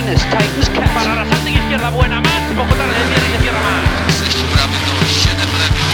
Martinez tightens catch. Para la salta izquierda buena más. Poco tarde viene y se cierra más. 6 bramy to 7 lepiej.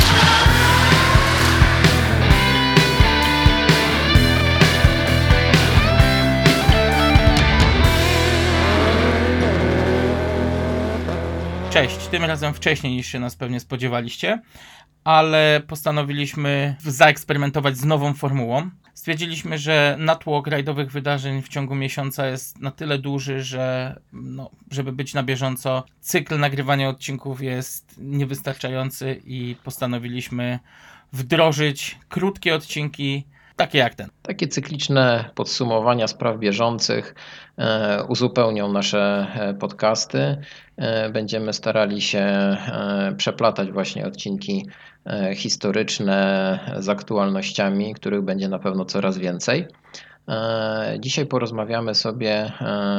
Cześć, tym razem wcześniej niż się nas pewnie spodziewaliście, ale postanowiliśmy zaeksperymentować z nową formułą. Stwierdziliśmy, że natłok rajdowych wydarzeń w ciągu miesiąca jest na tyle duży, że żeby być na bieżąco, cykl nagrywania odcinków jest niewystarczający i postanowiliśmy wdrożyć krótkie odcinki, takie jak ten. Takie cykliczne podsumowania spraw bieżących uzupełnią nasze podcasty. Będziemy starali się przeplatać właśnie odcinki historyczne z aktualnościami, których będzie na pewno coraz więcej. Dzisiaj porozmawiamy sobie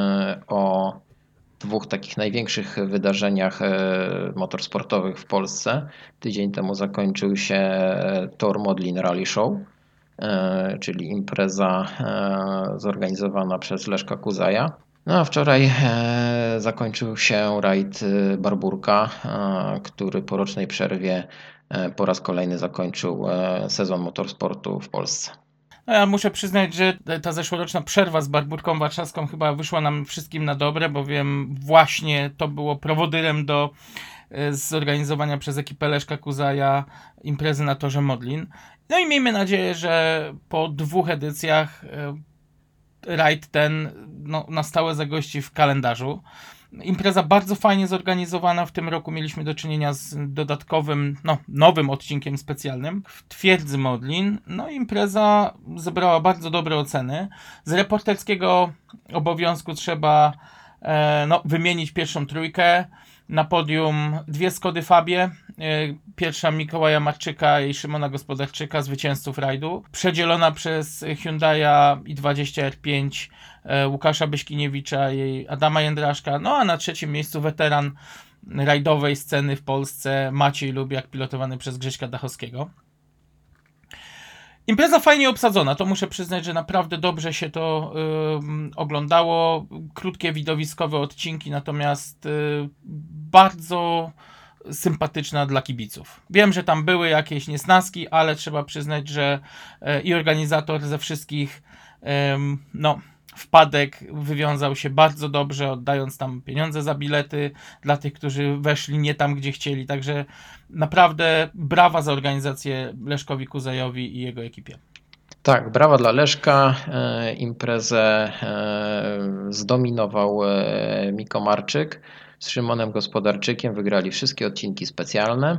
o dwóch takich największych wydarzeniach motorsportowych w Polsce. Tydzień temu zakończył się Tor Modlin Rally Show, czyli impreza zorganizowana przez Leszka Kuzaja. No a wczoraj zakończył się rajd Barburka, który po rocznej przerwie po raz kolejny zakończył sezon motorsportu w Polsce. No ja muszę przyznać, że ta zeszłoroczna przerwa z Barburką Warszawską chyba wyszła nam wszystkim na dobre, bowiem właśnie to było prowodyrem do zorganizowania przez ekipę Leszka Kuzaja imprezy na Torze Modlin. No i miejmy nadzieję, że po 2 edycjach rajd ten na stałe zagości w kalendarzu. Impreza bardzo fajnie zorganizowana. W tym roku mieliśmy do czynienia z dodatkowym, nowym odcinkiem specjalnym w Twierdzy Modlin. Impreza zebrała bardzo dobre oceny. Z reporterskiego obowiązku trzeba wymienić pierwszą trójkę. Na podium 2 Skody Fabie, pierwsza Mikołaja Marczyka i Szymona Gospodarczyka, zwycięzców rajdu, przedzielona przez Hyundai'a i20 R5 Łukasza Byśkiniewicza i Adama Jędraszka, a na 3. miejscu weteran rajdowej sceny w Polsce Maciej Lubiak, pilotowany przez Grześka Dachowskiego. Impreza fajnie obsadzona, to muszę przyznać, że naprawdę dobrze się to oglądało. Krótkie, widowiskowe odcinki, natomiast bardzo sympatyczna dla kibiców. Wiem, że tam były jakieś niesnaski, ale trzeba przyznać, że i organizator ze wszystkich wpadek wywiązał się bardzo dobrze, oddając tam pieniądze za bilety dla tych, którzy weszli nie tam, gdzie chcieli. Także naprawdę brawa za organizację Leszkowi Kuzajowi i jego ekipie. Tak, brawa dla Leszka. Imprezę zdominował Miko Marczyk z Szymonem Gospodarczykiem. Wygrali wszystkie odcinki specjalne.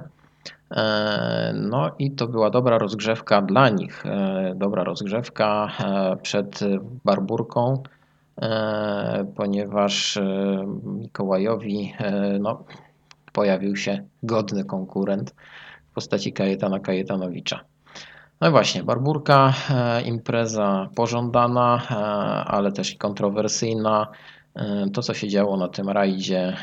No i to była dobra rozgrzewka dla nich. Dobra rozgrzewka przed Barburką, ponieważ Mikołajowi pojawił się godny konkurent w postaci Kajetana Kajetanowicza. No i właśnie, Barburka, impreza pożądana, ale też i kontrowersyjna. To, co się działo na tym rajdzie,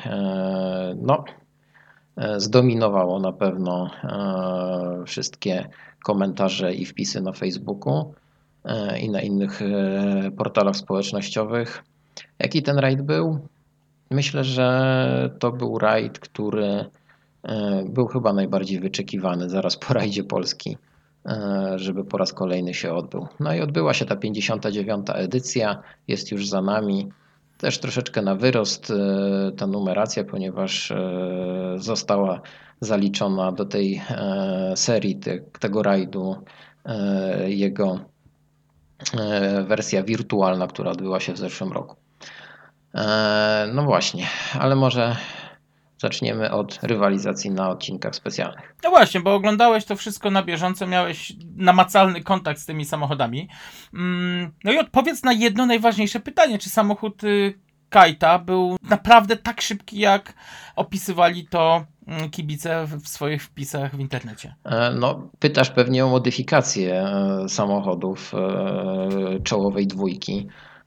zdominowało na pewno wszystkie komentarze i wpisy na Facebooku i na innych portalach społecznościowych. Jaki ten rajd był? Myślę, że to był rajd, który był chyba najbardziej wyczekiwany zaraz po rajdzie Polski, żeby po raz kolejny się odbył. No i odbyła się ta 59. edycja, jest już za nami. Też troszeczkę na wyrost ta numeracja, ponieważ została zaliczona do tej serii tego rajdu jego wersja wirtualna, która odbyła się w zeszłym roku. No właśnie, ale może zaczniemy od rywalizacji na odcinkach specjalnych. No właśnie, bo oglądałeś to wszystko na bieżąco, miałeś namacalny kontakt z tymi samochodami. No i odpowiedz na jedno najważniejsze pytanie, czy samochód Kajta był naprawdę tak szybki, jak opisywali to kibice w swoich wpisach w internecie? Pytasz pewnie o modyfikację samochodów czołowej dwójki.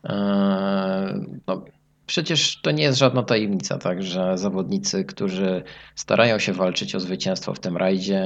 Przecież to nie jest żadna tajemnica, tak, że zawodnicy, którzy starają się walczyć o zwycięstwo w tym rajdzie,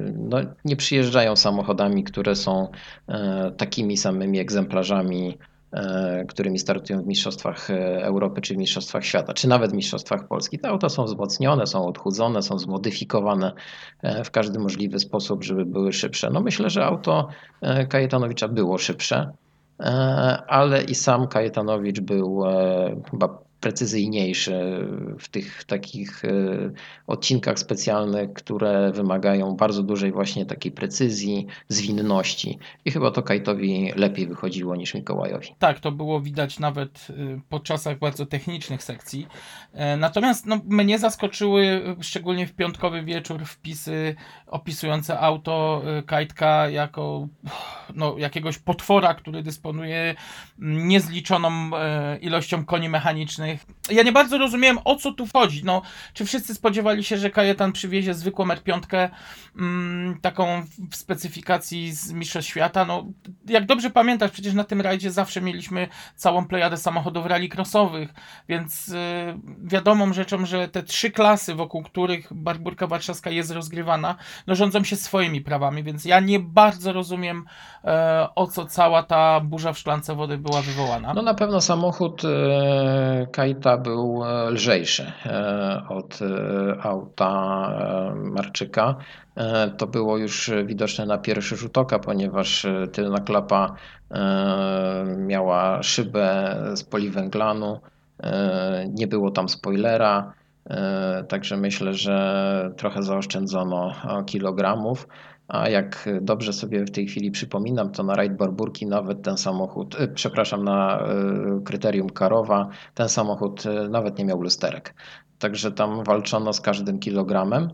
nie przyjeżdżają samochodami, które są takimi samymi egzemplarzami którymi startują w Mistrzostwach Europy czy w Mistrzostwach Świata, czy nawet w Mistrzostwach Polski. Te auta są wzmocnione, są odchudzone, są zmodyfikowane w każdy możliwy sposób, żeby były szybsze. No myślę, że auto Kajetanowicza było szybsze, ale i sam Kajetanowicz był chyba precyzyjniejszy w tych takich odcinkach specjalnych, które wymagają bardzo dużej właśnie takiej precyzji, zwinności i chyba to Kajtowi lepiej wychodziło niż Mikołajowi. Tak, to było widać nawet po czasach bardzo technicznych sekcji. Natomiast no, mnie zaskoczyły, szczególnie w piątkowy wieczór, wpisy opisujące auto Kajtka jako jakiegoś potwora, który dysponuje niezliczoną ilością koni mechanicznych. Ja nie bardzo rozumiem, o co tu chodzi. No, czy wszyscy spodziewali się, że Kajetan przywiezie zwykłą R5, taką w specyfikacji z Mistrzostw Świata? No, jak dobrze pamiętasz, przecież na tym rajdzie zawsze mieliśmy całą plejadę samochodów rallycrossowych, więc wiadomą rzeczą, że te 3 klasy, wokół których Barburka Warszawska jest rozgrywana, no rządzą się swoimi prawami, więc ja nie bardzo rozumiem, o co cała ta burza w szklance wody była wywołana. No na pewno samochód Kajta był lżejszy od auta Marczyka. To było już widoczne na pierwszy rzut oka, ponieważ tylna klapa miała szybę z poliwęglanu, nie było tam spoilera, także myślę, że trochę zaoszczędzono kilogramów. A jak dobrze sobie w tej chwili przypominam, to na rajd Barburki nawet ten samochód, na kryterium Karowa, ten samochód nawet nie miał lusterek. Także tam walczono z każdym kilogramem.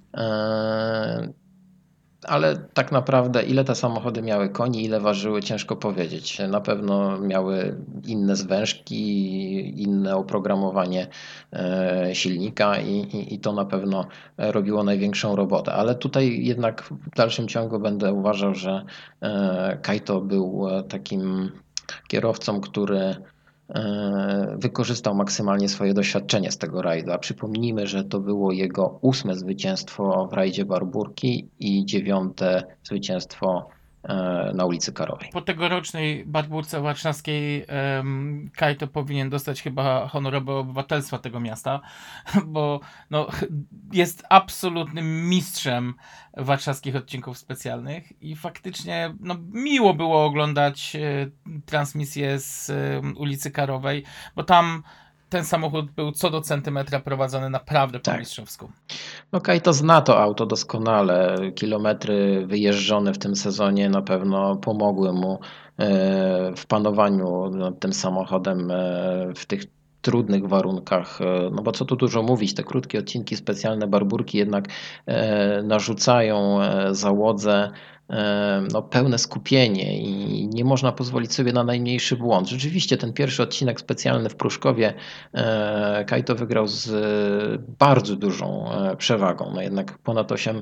Ale tak naprawdę ile te samochody miały koni, ile ważyły, ciężko powiedzieć. Na pewno miały inne zwężki, inne oprogramowanie silnika i to na pewno robiło największą robotę. Ale tutaj jednak w dalszym ciągu będę uważał, że Kajto był takim kierowcą, który wykorzystał maksymalnie swoje doświadczenie z tego rajdu. A przypomnijmy, że to było jego 8. zwycięstwo w rajdzie Barburki i 9. zwycięstwo na ulicy Karowej. Po tegorocznej Barburce Warszawskiej Kajto powinien dostać chyba honorowe obywatelstwa tego miasta, bo no, jest absolutnym mistrzem warszawskich odcinków specjalnych i faktycznie no, miło było oglądać transmisję z ulicy Karowej, bo tam ten samochód był co do centymetra prowadzony naprawdę po mistrzowsku. No Kajto zna to auto doskonale. Kilometry wyjeżdżone w tym sezonie na pewno pomogły mu w panowaniu nad tym samochodem w tych trudnych warunkach, no bo co tu dużo mówić, te krótkie odcinki specjalne Barburki jednak narzucają załodze no, pełne skupienie i nie można pozwolić sobie na najmniejszy błąd. Rzeczywiście ten pierwszy odcinek specjalny w Pruszkowie Kajto wygrał z bardzo dużą przewagą. No jednak ponad 8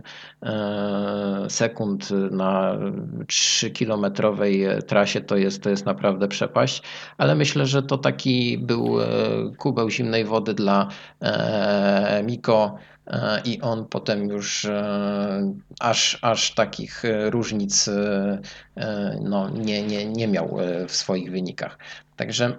sekund na 3-kilometrowej trasie to jest naprawdę przepaść, ale myślę, że to taki był kubeł zimnej wody dla Miko i on potem już aż takich różnic no, nie miał w swoich wynikach. Także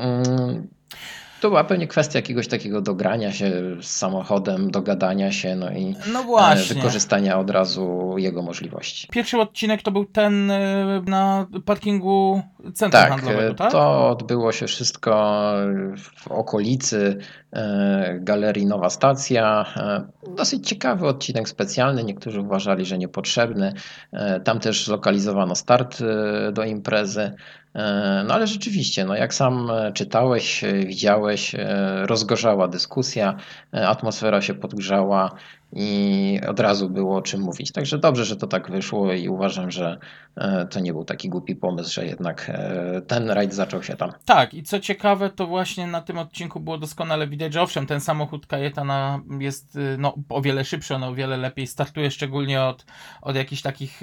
to była pewnie kwestia jakiegoś takiego dogrania się z samochodem, dogadania się, no i wykorzystania od razu jego możliwości. Pierwszy odcinek to był ten na parkingu centrum handlowego, tak? To odbyło się wszystko w okolicy Galerii Nowa Stacja. Dosyć ciekawy odcinek specjalny, niektórzy uważali, że niepotrzebny. Tam też zlokalizowano start do imprezy. No ale rzeczywiście, no jak sam czytałeś, widziałeś, rozgorzała dyskusja, atmosfera się podgrzała i od razu było o czym mówić. Także dobrze, że to tak wyszło i uważam, że to nie był taki głupi pomysł, że jednak ten rajd zaczął się tam. Tak, i co ciekawe, to właśnie na tym odcinku było doskonale widać, że owszem, ten samochód Kajetana jest no, o wiele szybszy, on o wiele lepiej startuje, szczególnie od jakichś takich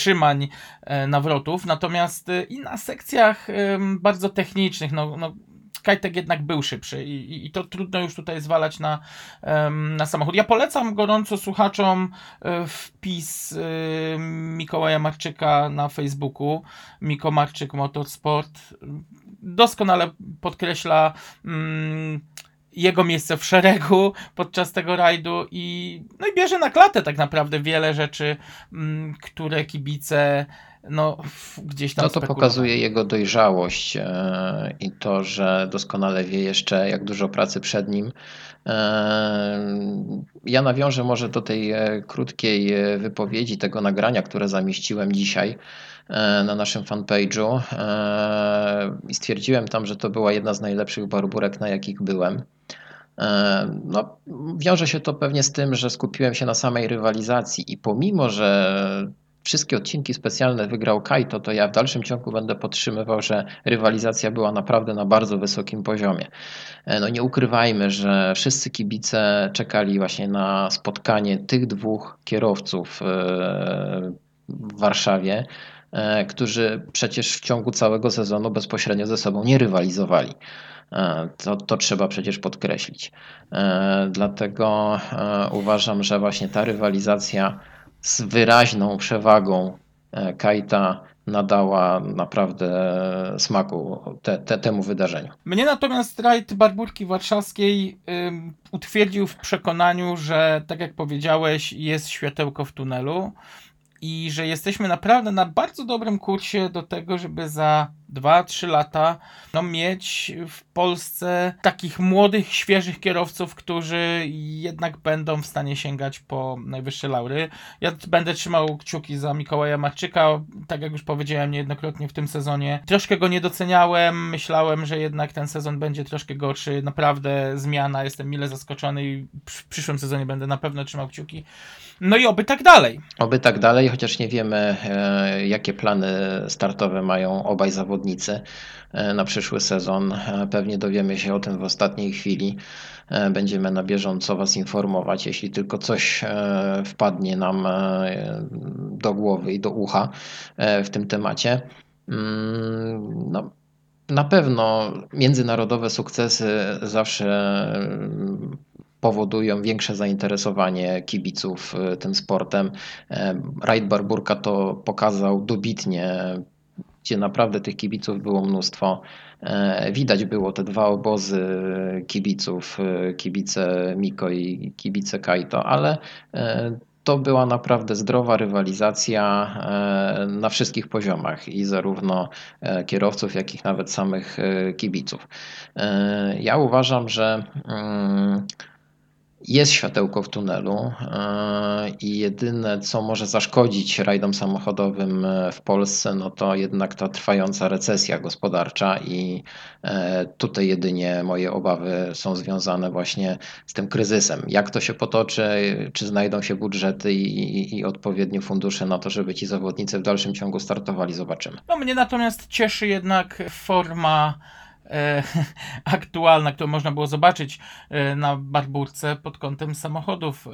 zatrzymań, nawrotów, natomiast i na sekcjach bardzo technicznych, no Kajtek jednak był szybszy i to trudno już tutaj zwalać na samochód. Ja polecam gorąco słuchaczom wpis Mikołaja Marczyka na Facebooku, Miko Marczyk Motorsport. Doskonale podkreśla jego miejsce w szeregu podczas tego rajdu i bierze na klatę tak naprawdę wiele rzeczy, które kibice gdzieś tam No to pokazuje jego dojrzałość i to, że doskonale wie jeszcze, jak dużo pracy przed nim. Ja nawiążę może do tej krótkiej wypowiedzi, tego nagrania, które zamieściłem dzisiaj na naszym fanpage'u i stwierdziłem tam, że to była jedna z najlepszych barburek, na jakich byłem. No, wiąże się to pewnie z tym, że skupiłem się na samej rywalizacji i pomimo, że wszystkie odcinki specjalne wygrał Kaito, to ja w dalszym ciągu będę podtrzymywał, że rywalizacja była naprawdę na bardzo wysokim poziomie. No nie ukrywajmy, że wszyscy kibice czekali właśnie na spotkanie tych dwóch kierowców w Warszawie, którzy przecież w ciągu całego sezonu bezpośrednio ze sobą nie rywalizowali. To trzeba przecież podkreślić. Dlatego uważam, że właśnie ta rywalizacja z wyraźną przewagą Kajta nadała naprawdę smaku temu wydarzeniu. Mnie natomiast rajd Barburki Warszawskiej utwierdził w przekonaniu, że tak jak powiedziałeś, jest światełko w tunelu i że jesteśmy naprawdę na bardzo dobrym kursie do tego, żeby za 2-3 lata mieć w Polsce takich młodych, świeżych kierowców, którzy jednak będą w stanie sięgać po najwyższe laury. Ja będę trzymał kciuki za Mikołaja Marczyka. Tak jak już powiedziałem niejednokrotnie w tym sezonie, troszkę go nie doceniałem. Myślałem, że jednak ten sezon będzie troszkę gorszy. Naprawdę zmiana. Jestem mile zaskoczony i w przyszłym sezonie będę na pewno trzymał kciuki. No i oby tak dalej. Oby tak dalej, chociaż nie wiemy, jakie plany startowe mają obaj zawodnicy na przyszły sezon. Pewnie dowiemy się o tym w ostatniej chwili. Będziemy na bieżąco Was informować, jeśli tylko coś wpadnie nam do głowy i do ucha w tym temacie. No, na pewno międzynarodowe sukcesy zawsze powodują większe zainteresowanie kibiców tym sportem. Rajd Barburka to pokazał dobitnie, gdzie naprawdę tych kibiców było mnóstwo. Widać było te dwa obozy kibiców, kibice Miko i kibice Kaito, ale to była naprawdę zdrowa rywalizacja na wszystkich poziomach i zarówno kierowców, jak i nawet samych kibiców. Ja uważam, że jest światełko w tunelu i jedyne, co może zaszkodzić rajdom samochodowym w Polsce, no to jednak ta trwająca recesja gospodarcza i tutaj jedynie moje obawy są związane właśnie z tym kryzysem. Jak to się potoczy, czy znajdą się budżety i odpowiednie fundusze na to, żeby ci zawodnicy w dalszym ciągu startowali, zobaczymy. No mnie natomiast cieszy jednak forma aktualna, którą można było zobaczyć na Barburce pod kątem samochodów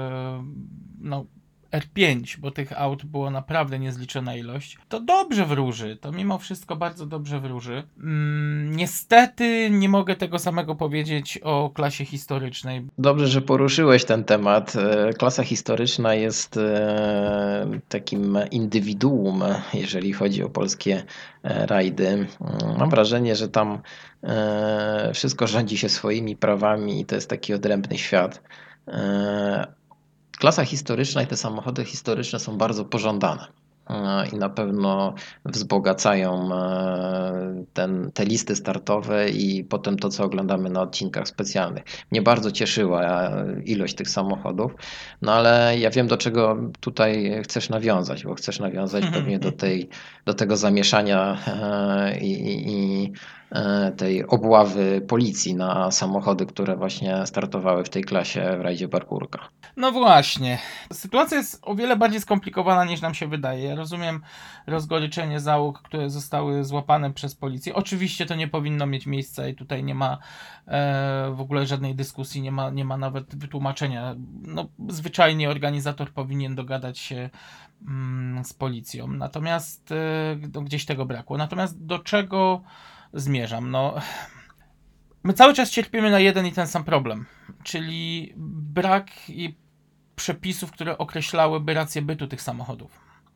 R5, bo tych aut było naprawdę niezliczona ilość. To dobrze wróży, to mimo wszystko bardzo dobrze wróży. Niestety nie mogę tego samego powiedzieć o klasie historycznej. Dobrze, że poruszyłeś ten temat. Klasa historyczna jest takim indywiduum, jeżeli chodzi o polskie rajdy. Mam wrażenie, że tam wszystko rządzi się swoimi prawami i to jest taki odrębny świat. Klasa historyczna i te samochody historyczne są bardzo pożądane i na pewno wzbogacają te listy startowe i potem to, co oglądamy na odcinkach specjalnych. Mnie bardzo cieszyła ilość tych samochodów, no ale ja wiem, do czego tutaj chcesz nawiązać, bo chcesz nawiązać pewnie do tego zamieszania i tej obławy policji na samochody, które właśnie startowały w tej klasie w rajdzie Barburka. No właśnie. Sytuacja jest o wiele bardziej skomplikowana niż nam się wydaje. Ja rozumiem rozgoryczenie załóg, które zostały złapane przez policję. Oczywiście to nie powinno mieć miejsca i tutaj nie ma w ogóle żadnej dyskusji, nie ma nawet wytłumaczenia. No, zwyczajnie organizator powinien dogadać się z policją. Natomiast gdzieś tego brakło. Natomiast do czego zmierzam? No, My cały czas cierpimy na jeden i ten sam problem, czyli brak przepisów, które określałyby rację bytu tych samochodów.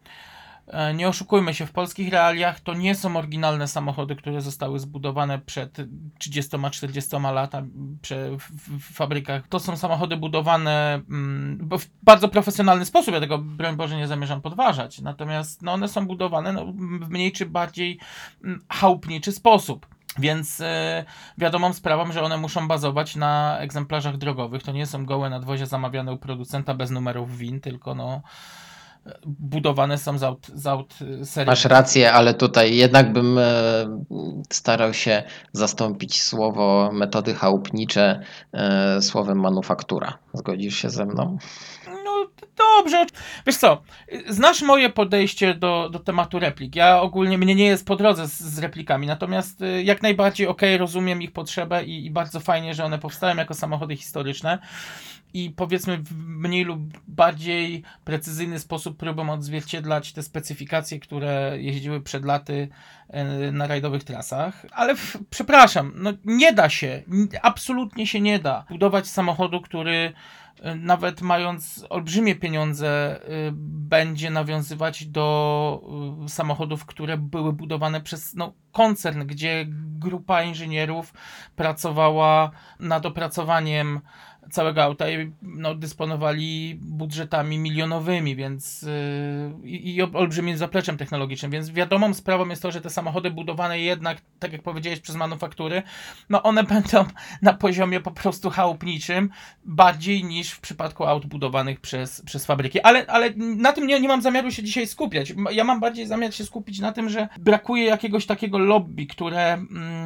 Nie oszukujmy się, w polskich realiach to nie są oryginalne samochody, które zostały zbudowane przed 30-40 latami w fabrykach. To są samochody budowane w bardzo profesjonalny sposób, ja tego, broń Boże, nie zamierzam podważać, natomiast one są budowane w mniej czy bardziej chałupniczy sposób. Więc wiadomą sprawą, że one muszą bazować na egzemplarzach drogowych. To nie są gołe nadwozia zamawiane u producenta bez numerów VIN, tylko budowane są z aut seryjnych. Masz rację, ale tutaj jednak bym starał się zastąpić słowo metody chałupnicze słowem manufaktura. Zgodzisz się ze mną? No dobrze. Wiesz co, znasz moje podejście do tematu replik. Ja ogólnie, mnie nie jest po drodze z replikami, natomiast jak najbardziej rozumiem ich potrzebę i bardzo fajnie, że one powstają jako samochody historyczne i powiedzmy w mniej lub bardziej precyzyjny sposób próbują odzwierciedlać te specyfikacje, które jeździły przed laty na rajdowych trasach, ale przepraszam, nie da się, absolutnie się nie da budować samochodu, który nawet mając olbrzymie pieniądze będzie nawiązywać do samochodów, które były budowane przez koncern, gdzie grupa inżynierów pracowała nad opracowaniem całego auta i dysponowali budżetami milionowymi, więc i olbrzymim zapleczem technologicznym, więc wiadomą sprawą jest to, że te samochody budowane jednak, tak jak powiedziałeś, przez manufaktury, one będą na poziomie po prostu chałupniczym, bardziej niż w przypadku aut budowanych przez fabryki. Ale na tym nie mam zamiaru się dzisiaj skupiać. Ja mam bardziej zamiar się skupić na tym, że brakuje jakiegoś takiego lobby, które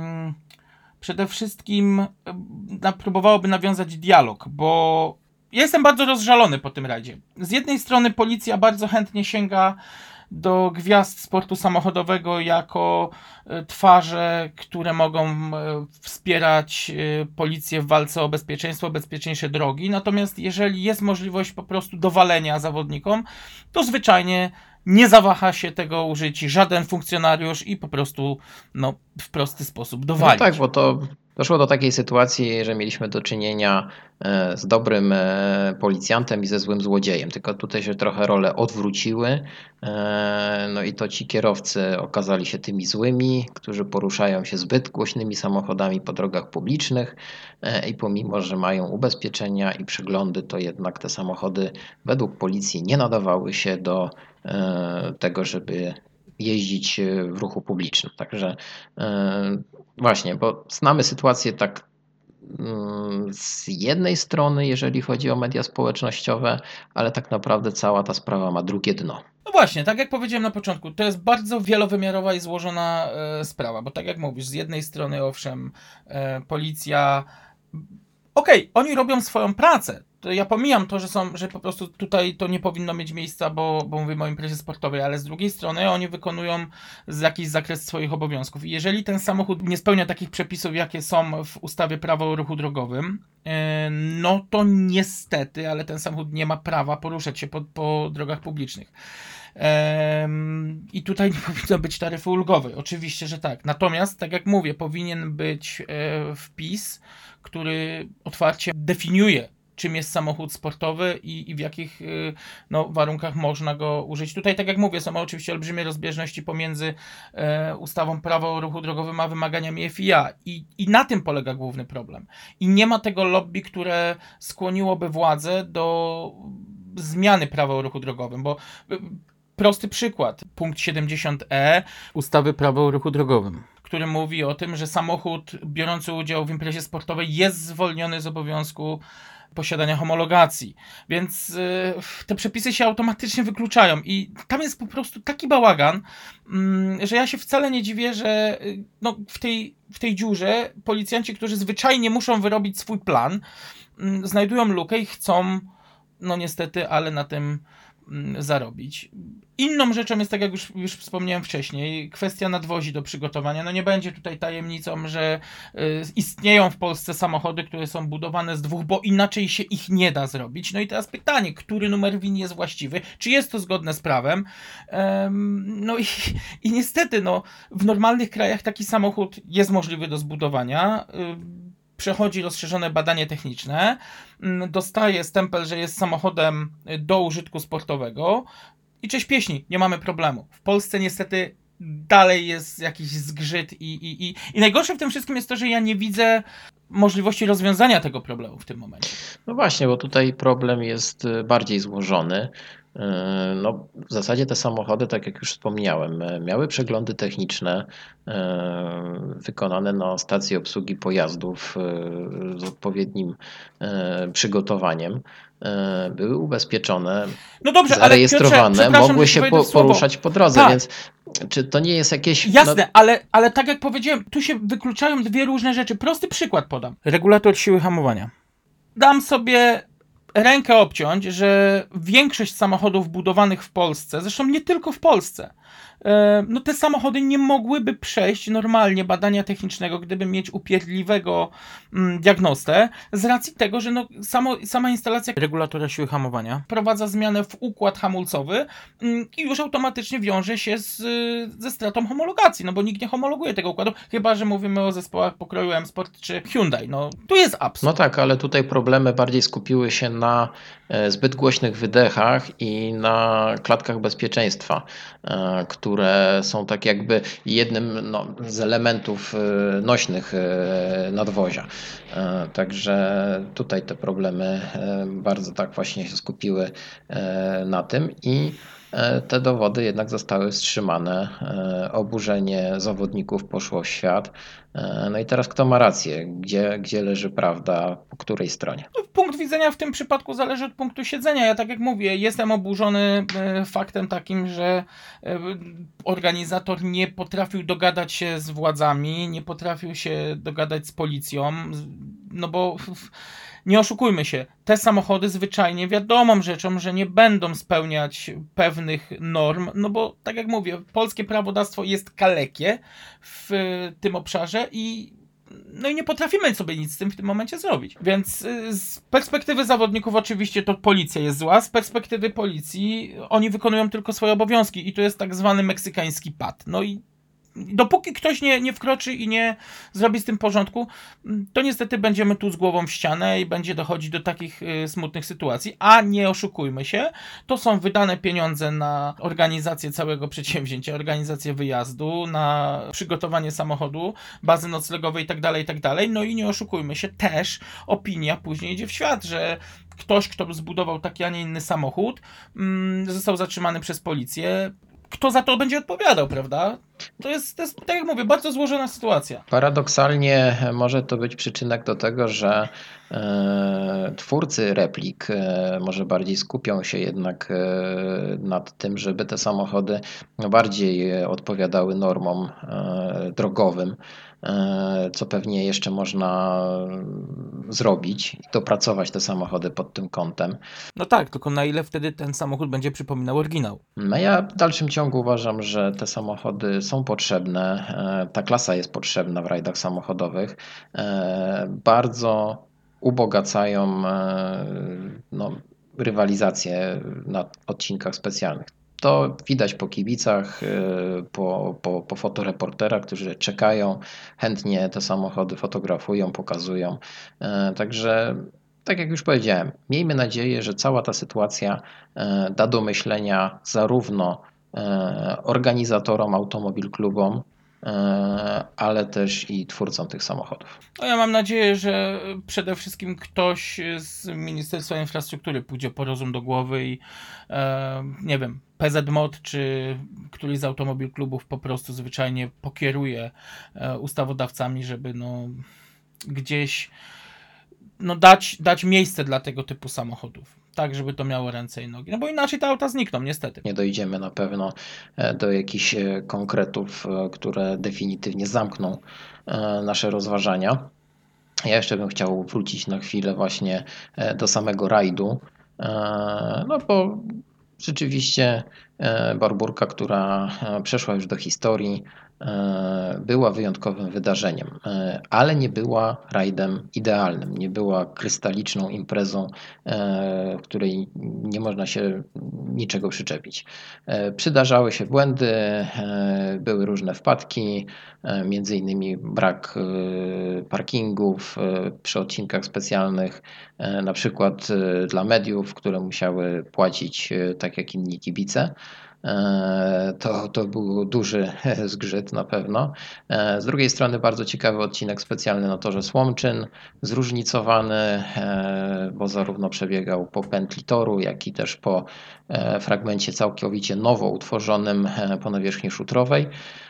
przede wszystkim próbowałoby nawiązać dialog, bo ja jestem bardzo rozżalony po tym rajdzie. Z jednej strony policja bardzo chętnie sięga do gwiazd sportu samochodowego jako twarze, które mogą wspierać policję w walce o bezpieczeństwo, o bezpieczniejsze drogi. Natomiast jeżeli jest możliwość po prostu dowalenia zawodnikom, to zwyczajnie nie zawaha się tego użyć żaden funkcjonariusz i po prostu w prosty sposób dowalić. No tak, bo to doszło do takiej sytuacji, że mieliśmy do czynienia z dobrym policjantem i ze złym złodziejem, tylko tutaj się trochę role odwróciły, i to ci kierowcy okazali się tymi złymi, którzy poruszają się zbyt głośnymi samochodami po drogach publicznych i pomimo, że mają ubezpieczenia i przeglądy, to jednak te samochody według policji nie nadawały się do tego, żeby jeździć w ruchu publicznym. Także właśnie, bo znamy sytuację tak z jednej strony, jeżeli chodzi o media społecznościowe, ale tak naprawdę cała ta sprawa ma drugie dno. No właśnie, tak jak powiedziałem na początku, to jest bardzo wielowymiarowa i złożona sprawa, bo tak jak mówisz, z jednej strony owszem, policja, oni robią swoją pracę. To ja pomijam to, że po prostu tutaj to nie powinno mieć miejsca, bo mówimy o imprezie sportowej, ale z drugiej strony oni wykonują jakiś zakres swoich obowiązków. I jeżeli ten samochód nie spełnia takich przepisów, jakie są w ustawie Prawo o ruchu drogowym, to niestety, ale ten samochód nie ma prawa poruszać się po drogach publicznych. I tutaj nie powinno być taryfy ulgowej. Oczywiście, że tak. Natomiast, tak jak mówię, powinien być wpis, który otwarcie definiuje, czym jest samochód sportowy i w jakich warunkach można go użyć. Tutaj, tak jak mówię, są oczywiście olbrzymie rozbieżności pomiędzy ustawą Prawo o ruchu drogowym a wymaganiami FIA i na tym polega główny problem. I nie ma tego lobby, które skłoniłoby władzę do zmiany Prawa o ruchu drogowym, bo prosty przykład, punkt 70e ustawy Prawo o ruchu drogowym, który mówi o tym, że samochód biorący udział w imprezie sportowej jest zwolniony z obowiązku posiadania homologacji, więc te przepisy się automatycznie wykluczają i tam jest po prostu taki bałagan, że ja się wcale nie dziwię, że w tej dziurze policjanci, którzy zwyczajnie muszą wyrobić swój plan, znajdują lukę i chcą, niestety, ale na tym zarobić. Inną rzeczą jest, tak jak już wspomniałem wcześniej, kwestia nadwozi do przygotowania. Nie będzie tutaj tajemnicą, że istnieją w Polsce samochody, które są budowane z dwóch, bo inaczej się ich nie da zrobić. I teraz pytanie, który numer VIN jest właściwy? Czy jest to zgodne z prawem? I niestety, w normalnych krajach taki samochód jest możliwy do zbudowania. przechodzi rozszerzone badanie techniczne, dostaje stempel, że jest samochodem do użytku sportowego i cześć pieśni, nie mamy problemu. W Polsce niestety dalej jest jakiś zgrzyt i najgorsze w tym wszystkim jest to, że ja nie widzę możliwości rozwiązania tego problemu w tym momencie. No właśnie, bo tutaj problem jest bardziej złożony. No, w zasadzie te samochody, tak jak już wspomniałem, miały przeglądy techniczne wykonane na stacji obsługi pojazdów z odpowiednim przygotowaniem. Były ubezpieczone, No dobrze, ale zarejestrowane, Piotrze, mogły że się wejdę w słowo. poruszać po drodze, Tak. więc czy to nie jest jakieś... Jasne, ale tak jak powiedziałem, tu się wykluczają dwie różne rzeczy. Prosty przykład podam. Regulator siły hamowania. Dam sobie rękę obciąć, że większość samochodów budowanych w Polsce, zresztą nie tylko w Polsce, no te samochody nie mogłyby przejść normalnie badania technicznego, gdyby mieć upierdliwego diagnostę, z racji tego, że no sama instalacja regulatora siły hamowania wprowadza zmianę w układ hamulcowy i już automatycznie wiąże się ze stratą homologacji, no bo nikt nie homologuje tego układu, chyba że mówimy o zespołach pokroju M-Sport czy Hyundai. No tu jest absurd. No tak, ale tutaj problemy bardziej skupiły się na zbyt głośnych wydechach i na klatkach bezpieczeństwa, które są tak jakby jednym z elementów nośnych nadwozia. Także tutaj te problemy bardzo tak właśnie się skupiły na tym i te dowody jednak zostały wstrzymane. Oburzenie zawodników poszło w świat. No i teraz kto ma rację? Gdzie leży prawda? Po której stronie? Punkt widzenia w tym przypadku zależy od punktu siedzenia. Ja tak jak mówię, jestem oburzony faktem takim, że organizator nie potrafił dogadać się z władzami, nie potrafił się dogadać z policją, no bo nie oszukujmy się, te samochody zwyczajnie wiadomą rzeczą, że nie będą spełniać pewnych norm, no bo tak jak mówię, polskie prawodawstwo jest kalekie w tym obszarze i nie potrafimy sobie nic z tym w tym momencie zrobić. Więc z perspektywy zawodników oczywiście to policja jest zła, z perspektywy policji oni wykonują tylko swoje obowiązki i to jest tak zwany meksykański pad. No i dopóki ktoś nie wkroczy i nie zrobi z tym porządku, to niestety będziemy tu z głową w ścianę i będzie dochodzić do takich smutnych sytuacji. A nie oszukujmy się, to są wydane pieniądze na organizację całego przedsięwzięcia, organizację wyjazdu, na przygotowanie samochodu, bazy noclegowej itd., itd. No i nie oszukujmy się, też opinia później idzie w świat, że ktoś, kto zbudował taki, a nie inny samochód, został zatrzymany przez policję. Kto za to będzie odpowiadał, prawda? To jest, tak jak mówię, bardzo złożona sytuacja. Paradoksalnie może to być przyczynek do tego, że twórcy replik może bardziej skupią się jednak nad tym, żeby te samochody bardziej odpowiadały normom drogowym, co pewnie jeszcze można zrobić i dopracować te samochody pod tym kątem. No tak, tylko na ile wtedy ten samochód będzie przypominał oryginał? No ja w dalszym ciągu uważam, że te samochody są potrzebne, ta klasa jest potrzebna w rajdach samochodowych. Bardzo ubogacają rywalizację na odcinkach specjalnych. To widać po kibicach, po fotoreporterach, którzy czekają, chętnie te samochody fotografują, pokazują. Także, tak jak już powiedziałem, miejmy nadzieję, że cała ta sytuacja da do myślenia zarówno organizatorom, automobil klubom, ale też i twórcom tych samochodów. No ja mam nadzieję, że przede wszystkim ktoś z Ministerstwa Infrastruktury pójdzie po rozum do głowy i nie wiem, PZMOD czy któryś z automobil klubów po prostu zwyczajnie pokieruje ustawodawcami, żeby gdzieś dać miejsce dla tego typu samochodów. Tak, żeby to miało ręce i nogi. No bo inaczej te auta znikną, niestety. Nie dojdziemy na pewno do jakichś konkretów, które definitywnie zamkną nasze rozważania. Ja jeszcze bym chciał wrócić na chwilę właśnie do samego rajdu, no bo rzeczywiście Barburka, która przeszła już do historii, była wyjątkowym wydarzeniem, ale nie była rajdem idealnym, nie była krystaliczną imprezą, w której nie można się niczego przyczepić. Przydarzały się błędy, były różne wpadki, między innymi brak parkingów przy odcinkach specjalnych, na przykład dla mediów, które musiały płacić tak jak inni kibice. To był duży zgrzyt na pewno. Z drugiej strony bardzo ciekawy odcinek specjalny na torze Słomczyn, zróżnicowany, bo zarówno przebiegał po pętli toru, jak i też po fragmencie całkowicie nowo utworzonym po nawierzchni szutrowej.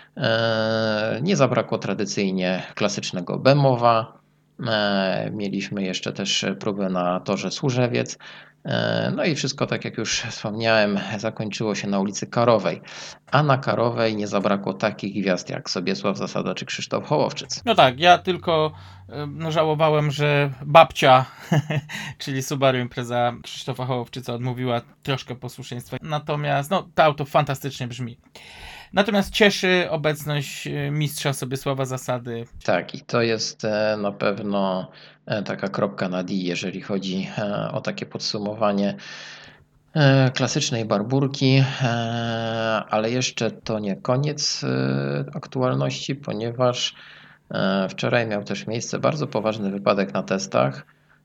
Nie zabrakło tradycyjnie klasycznego Bemowa. Mieliśmy jeszcze też próbę na torze Służewiec. No i wszystko, tak jak już wspomniałem, zakończyło się na ulicy Karowej. A na Karowej nie zabrakło takich gwiazd jak Sobiesław Zasada czy Krzysztof Hołowczyc. No tak, ja tylko żałowałem, że babcia, czyli Subaru Impreza Krzysztofa Hołowczyca odmówiła troszkę posłuszeństwa. Natomiast to auto fantastycznie brzmi. Natomiast cieszy obecność mistrza Sobiesława Zasady. Tak, i to jest na pewno taka kropka nad i, jeżeli chodzi o takie podsumowanie klasycznej Barburki, ale jeszcze to nie koniec aktualności, ponieważ wczoraj miał też miejsce bardzo poważny wypadek na testach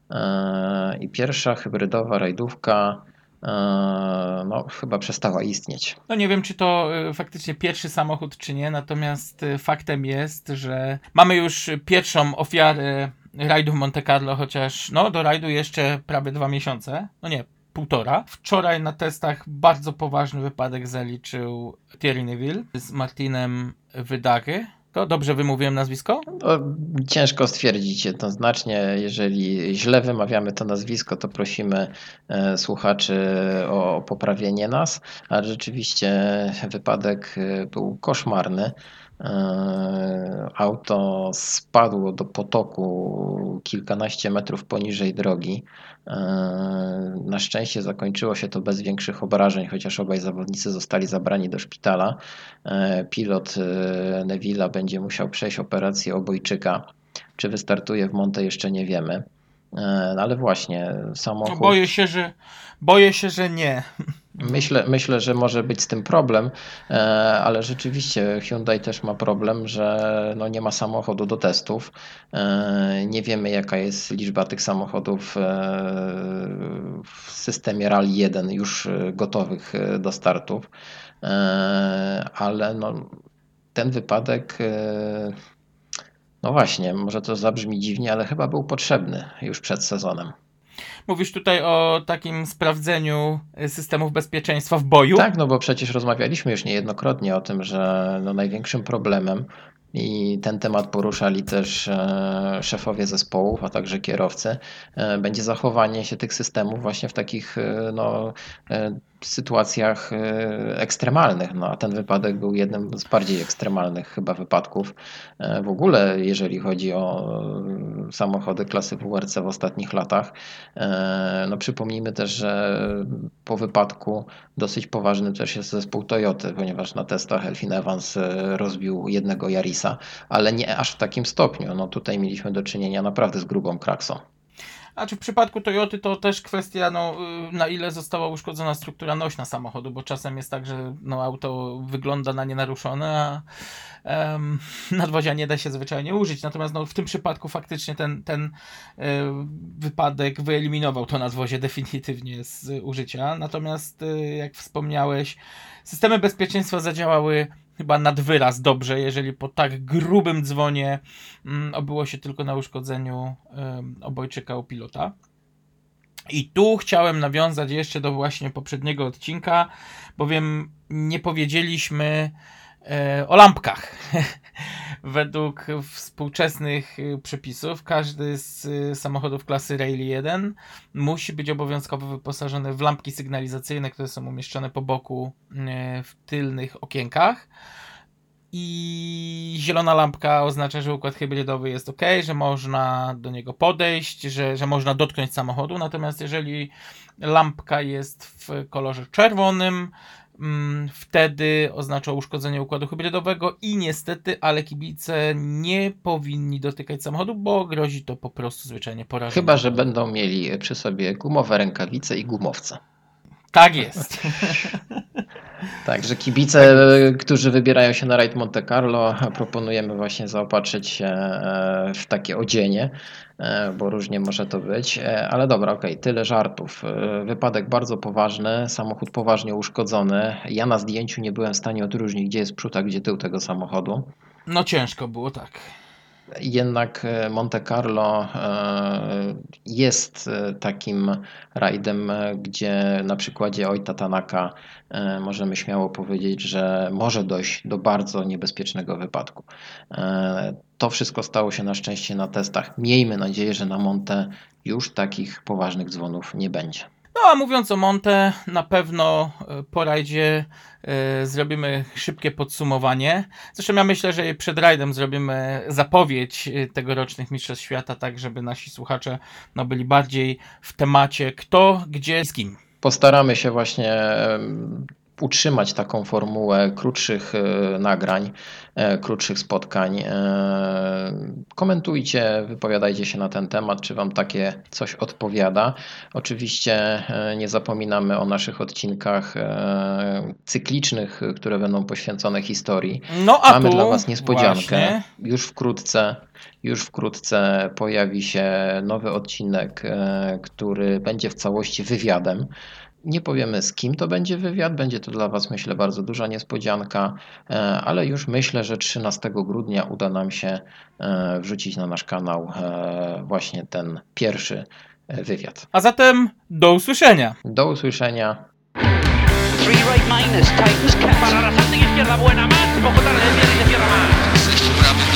i pierwsza hybrydowa rajdówka chyba przestała istnieć. Nie wiem, czy to faktycznie pierwszy samochód, czy nie, natomiast faktem jest, że mamy już pierwszą ofiarę rajdu w Monte Carlo, chociaż do rajdu jeszcze prawie 2 miesiące, półtora. Wczoraj na testach bardzo poważny wypadek zaliczył Thierry Neuville z Martinem Wydary. To dobrze wymówiłem nazwisko? Ciężko stwierdzić jednoznacznie. Jeżeli źle wymawiamy to nazwisko, to prosimy słuchaczy o poprawienie nas, ale rzeczywiście wypadek był koszmarny. Auto spadło do potoku kilkanaście metrów poniżej drogi. Na szczęście zakończyło się to bez większych obrażeń, chociaż obaj zawodnicy zostali zabrani do szpitala. Pilot Neville'a będzie musiał przejść operację obojczyka. Czy wystartuje w Monte, jeszcze nie wiemy. Ale właśnie samochód... Boję się, że nie. Myślę, że może być z tym problem, ale rzeczywiście Hyundai też ma problem, że nie ma samochodu do testów. Nie wiemy, jaka jest liczba tych samochodów w systemie Rally 1 już gotowych do startów, ale ten wypadek, właśnie, może to zabrzmi dziwnie, ale chyba był potrzebny już przed sezonem. Mówisz tutaj o takim sprawdzeniu systemów bezpieczeństwa w boju? Tak, bo przecież rozmawialiśmy już niejednokrotnie o tym, że największym problemem, i ten temat poruszali też szefowie zespołów, a także kierowcy, będzie zachowanie się tych systemów właśnie w takich sytuacjach ekstremalnych. A ten wypadek był jednym z bardziej ekstremalnych chyba wypadków w ogóle, jeżeli chodzi o samochody klasy WRC w ostatnich latach. Przypomnijmy też, że po wypadku dosyć poważny też jest zespół Toyoty, ponieważ na testach Elfin Evans rozbił jednego Yarisa, ale nie aż w takim stopniu. Tutaj mieliśmy do czynienia naprawdę z grubą kraksą. A czy w przypadku Toyoty to też kwestia, na ile została uszkodzona struktura nośna samochodu, bo czasem jest tak, że auto wygląda na nienaruszone, a nadwozia nie da się zwyczajnie użyć. Natomiast w tym przypadku faktycznie ten wypadek wyeliminował to nadwozie definitywnie z użycia. Natomiast jak wspomniałeś, systemy bezpieczeństwa zadziałały chyba nad wyraz dobrze, jeżeli po tak grubym dzwonie obyło się tylko na uszkodzeniu obojczyka u pilota. I tu chciałem nawiązać jeszcze do właśnie poprzedniego odcinka, bowiem nie powiedzieliśmy o lampkach. Według współczesnych przepisów każdy z samochodów klasy Rally 1 musi być obowiązkowo wyposażony w lampki sygnalizacyjne, które są umieszczone po boku w tylnych okienkach. I zielona lampka oznacza, że układ hybrydowy jest ok, że można do niego podejść, że można dotknąć samochodu. Natomiast jeżeli lampka jest w kolorze czerwonym, Wtedy oznaczało uszkodzenie układu hybrydowego i niestety, ale kibice nie powinni dotykać samochodu, bo grozi to po prostu zwyczajnie porażeniem. Chyba że będą mieli przy sobie gumowe rękawice i gumowce. Tak jest. Także kibice, którzy wybierają się na rajd Monte Carlo, proponujemy właśnie zaopatrzyć się w takie odzienie, bo różnie może to być. Ale dobra, okej, tyle żartów. Wypadek bardzo poważny, samochód poważnie uszkodzony. Ja na zdjęciu nie byłem w stanie odróżnić, gdzie jest przód, a gdzie tył tego samochodu. No ciężko było, tak. Jednak Monte Carlo jest takim rajdem, gdzie na przykładzie Ojta Tanaka możemy śmiało powiedzieć, że może dojść do bardzo niebezpiecznego wypadku. To wszystko stało się na szczęście na testach. Miejmy nadzieję, że na Monte już takich poważnych dzwonów nie będzie. No a mówiąc o Monte, na pewno po rajdzie zrobimy szybkie podsumowanie. Zresztą ja myślę, że przed rajdem zrobimy zapowiedź tegorocznych Mistrzostw Świata, tak żeby nasi słuchacze byli bardziej w temacie kto, gdzie i z kim. Postaramy się właśnie utrzymać taką formułę krótszych nagrań, krótszych spotkań. Komentujcie, wypowiadajcie się na ten temat, czy Wam takie coś odpowiada. Oczywiście nie zapominamy o naszych odcinkach cyklicznych, które będą poświęcone historii. No a Mamy tu dla Was niespodziankę. właśnie. Już wkrótce pojawi się nowy odcinek, który będzie w całości wywiadem. Nie powiemy, z kim to będzie wywiad, będzie to dla Was, myślę, bardzo duża niespodzianka, ale już myślę, że 13 grudnia uda nam się wrzucić na nasz kanał właśnie ten pierwszy wywiad. A zatem do usłyszenia. Do usłyszenia. Three right minus, tightens cap. Para la salta izquierda, buena más. Poco tarde, viene y se cierra más. 6 prawy